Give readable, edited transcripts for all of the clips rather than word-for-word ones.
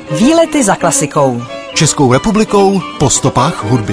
Výlety za klasikou. Českou republikou po stopách hudby.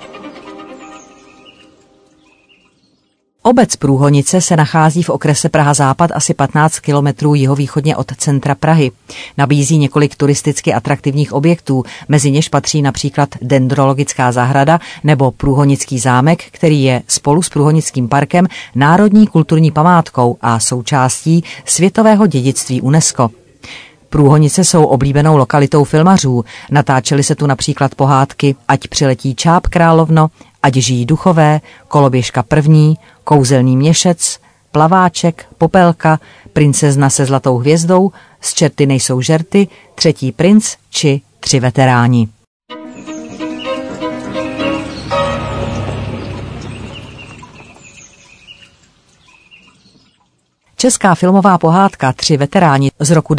Obec Průhonice se nachází v okrese Praha-Západ asi 15 kilometrů jihovýchodně od centra Prahy. Nabízí několik turisticky atraktivních objektů, mezi něž patří například Dendrologická zahrada nebo Průhonický zámek, který je spolu s Průhonickým parkem národní kulturní památkou a součástí světového dědictví UNESCO. Průhonice jsou oblíbenou lokalitou filmařů. Natáčely se tu například pohádky Ať přiletí čáp královno, Ať žijí duchové, Koloběžka první, Kouzelný měšec, Plaváček, Popelka, Princezna se zlatou hvězdou, Z čerty nejsou žerty, Třetí princ či Tři veteráni. Česká filmová pohádka Tři veteráni z roku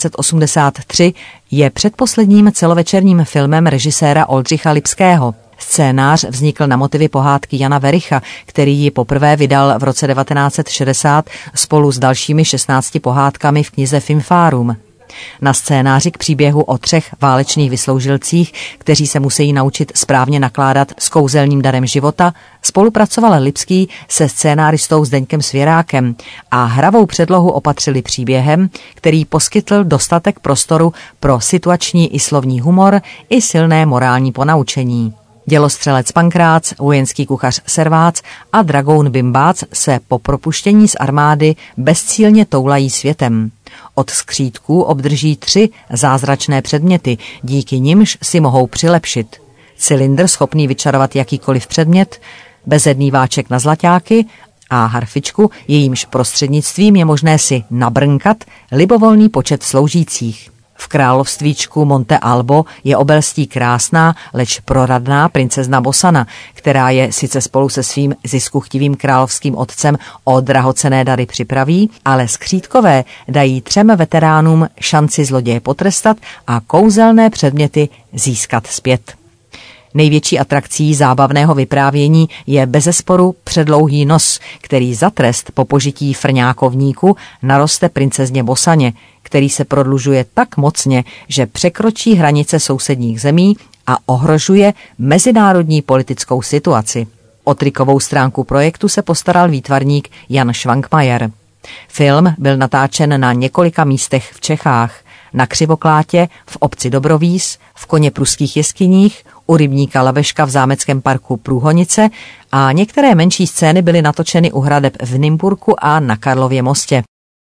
1983 je předposledním celovečerním filmem režiséra Oldřicha Lipského. Scénář vznikl na motivy pohádky Jana Vericha, který ji poprvé vydal v roce 1960 spolu s dalšími 16 pohádkami v knize Fimfárum. Na scénáři k příběhu o 3 válečných vysloužilcích, kteří se musí naučit správně nakládat s kouzelným darem života, spolupracoval Lipský se scénáristou Zdeňkem Svěrákem a hravou předlohu opatřili příběhem, který poskytl dostatek prostoru pro situační i slovní humor i silné morální ponaučení. Dělostřelec Pankrác, vojenský kuchař Servác a dragoun Bimbác se po propuštění z armády bezcílně toulají světem. Od skřítků obdrží 3 zázračné předměty, díky nimž si mohou přilepšit. Cylindr schopný vyčarovat jakýkoliv předmět, bezedný váček na zlaťáky a harfičku, jejímž prostřednictvím je možné si nabrnkat libovolný počet sloužících. V královstvíčku Monte Albo je obelstí krásná, leč proradná princezna Bosana, která je sice spolu se svým ziskuchtivým královským otcem o drahocenné dary připraví, ale skřítkové dají 3 veteránům šanci zloděje potrestat a kouzelné předměty získat zpět. Největší atrakcí zábavného vyprávění je bezesporu předlouhý nos, který za trest po požití frňákovníku naroste princezně Bosaně, který se prodlužuje tak mocně, že překročí hranice sousedních zemí a ohrožuje mezinárodní politickou situaci. O trikovou stránku projektu se postaral výtvarník Jan Švankmajer. Film byl natáčen na několika místech v Čechách, na Křivoklátě, v obci Dobrovíz, v Koněpruských jeskyních, u rybníka Labeška v zámeckém parku Průhonice a některé menší scény byly natočeny u hradeb v Nymburku a na Karlově mostě.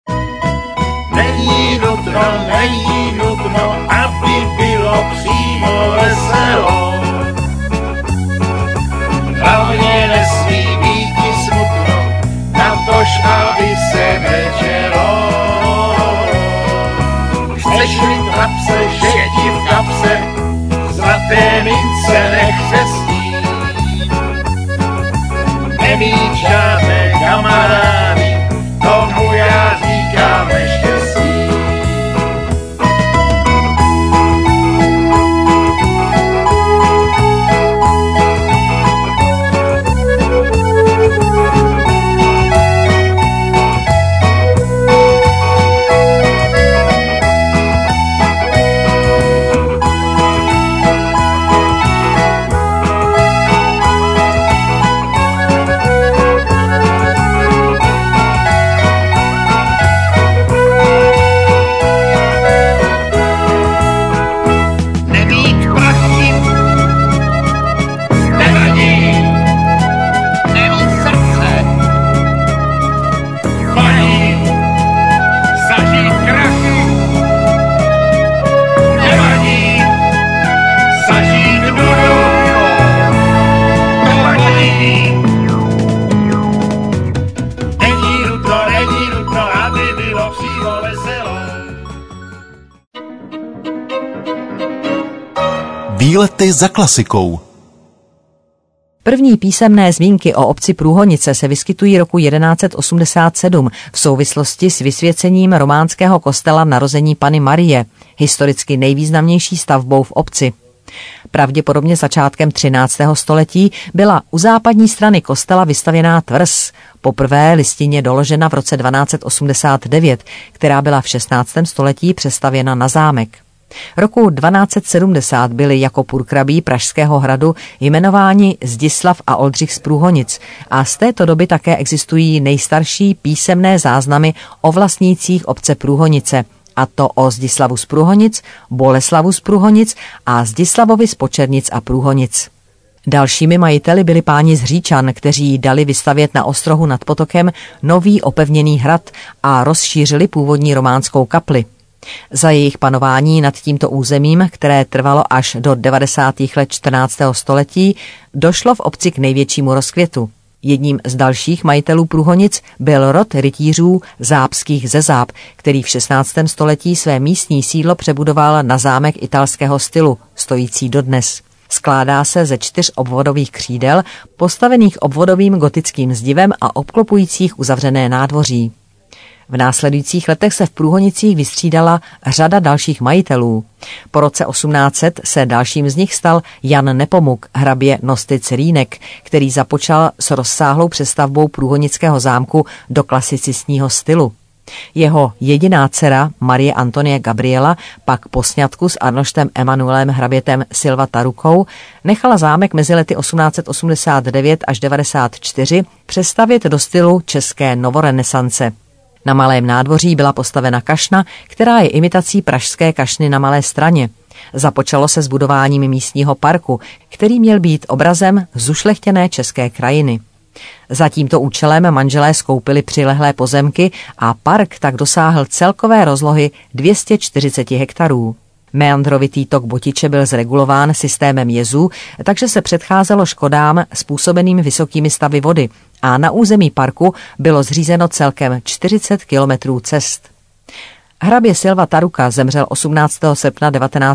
Není nutno, aby bylo přímo veselo. Hlavně nesmí být smutno, natož aby se nečelo. Chceš mít kapse, že ti v kapse zlaté mince nechřestí. Nemít žádné kamarády, tomu já říkám neštěstí. Výlety za klasikou. První písemné zmínky o obci Průhonice se vyskytují roku 1187 v souvislosti s vysvěcením románského kostela Narození Panny Marie, historicky nejvýznamnější stavbou v obci. Pravděpodobně začátkem 13. století byla u západní strany kostela vystavěná tvrz, poprvé listině doložena v roce 1289, která byla v 16. století přestavěna na zámek. Roku 1270 byli jako purkrabí Pražského hradu jmenováni Zdislav a Oldřich z Průhonic a z této doby také existují nejstarší písemné záznamy o vlastnících obce Průhonice, a to o Zdislavu z Průhonic, Boleslavu z Průhonic a Zdislavovi z Počernic a Průhonic. Dalšími majiteli byli páni z Říčan, kteří dali vystavět na ostrohu nad potokem nový opevněný hrad a rozšířili původní románskou kapli. Za jejich panování nad tímto územím, které trvalo až do 90. let 14. století, došlo v obci k největšímu rozkvětu. Jedním z dalších majitelů Průhonic byl rod rytířů Zápských ze Záp, který v 16. století své místní sídlo přebudoval na zámek italského stylu, stojící dodnes. Skládá se ze 4 obvodových křídel, postavených obvodovým gotickým zdivem a obklopujících uzavřené nádvoří. V následujících letech se v Průhonicích vystřídala řada dalších majitelů. Po roce 1800 se dalším z nich stal Jan Nepomuk, hrabě Nostit Rýnek, který započal s rozsáhlou přestavbou průhonického zámku do klasicistního stylu. Jeho jediná dcera Marie Antonie Gabriela pak po sňatku s Arnoštem Emanuelem hrabětem Silva Tarukou nechala zámek mezi lety 1889 až 94 přestavět do stylu české novorenesance. Na Malém nádvoří byla postavena kašna, která je imitací pražské kašny na Malé Straně. Započalo se s budováním místního parku, který měl být obrazem zušlechtěné české krajiny. Za tímto účelem manželé skoupili přilehlé pozemky a park tak dosáhl celkové rozlohy 240 hektarů. Meandrovitý tok Botiče byl zregulován systémem jezů, takže se předcházelo škodám způsobeným vysokými stavy vody a na území parku bylo zřízeno celkem 40 kilometrů cest. Hrabě Silva Taruka zemřel 18. srpna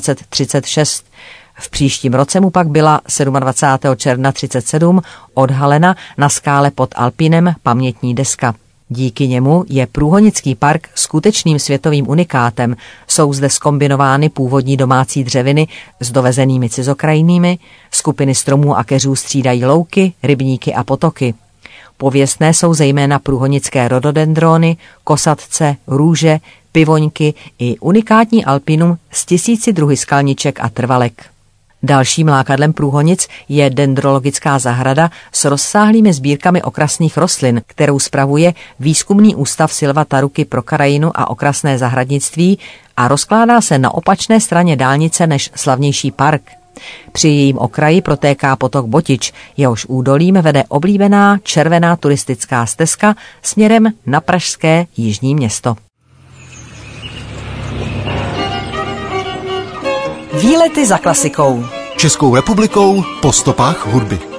1936. V příštím roce mu pak byla 27. června 1937 odhalena na skále pod Alpinem pamětní deska. Díky němu je Průhonický park skutečným světovým unikátem. Jsou zde zkombinovány původní domácí dřeviny s dovezenými cizokrajnými, skupiny stromů a keřů střídají louky, rybníky a potoky. Pověstné jsou zejména průhonické rododendrony, kosatce, růže, pivoňky i unikátní alpinum s 1000 druhy skalniček a trvalek. Dalším lákadlem Průhonic je dendrologická zahrada s rozsáhlými sbírkami okrasných rostlin, kterou spravuje Výzkumný ústav Silva Taruky pro krajinu a okrasné zahradnictví a rozkládá se na opačné straně dálnice než slavnější park. Při jejím okraji protéká potok Botič, jehož údolím vede oblíbená červená turistická stezka směrem na pražské Jižní Město. Výlety za klasikou. Českou republikou po stopách hudby.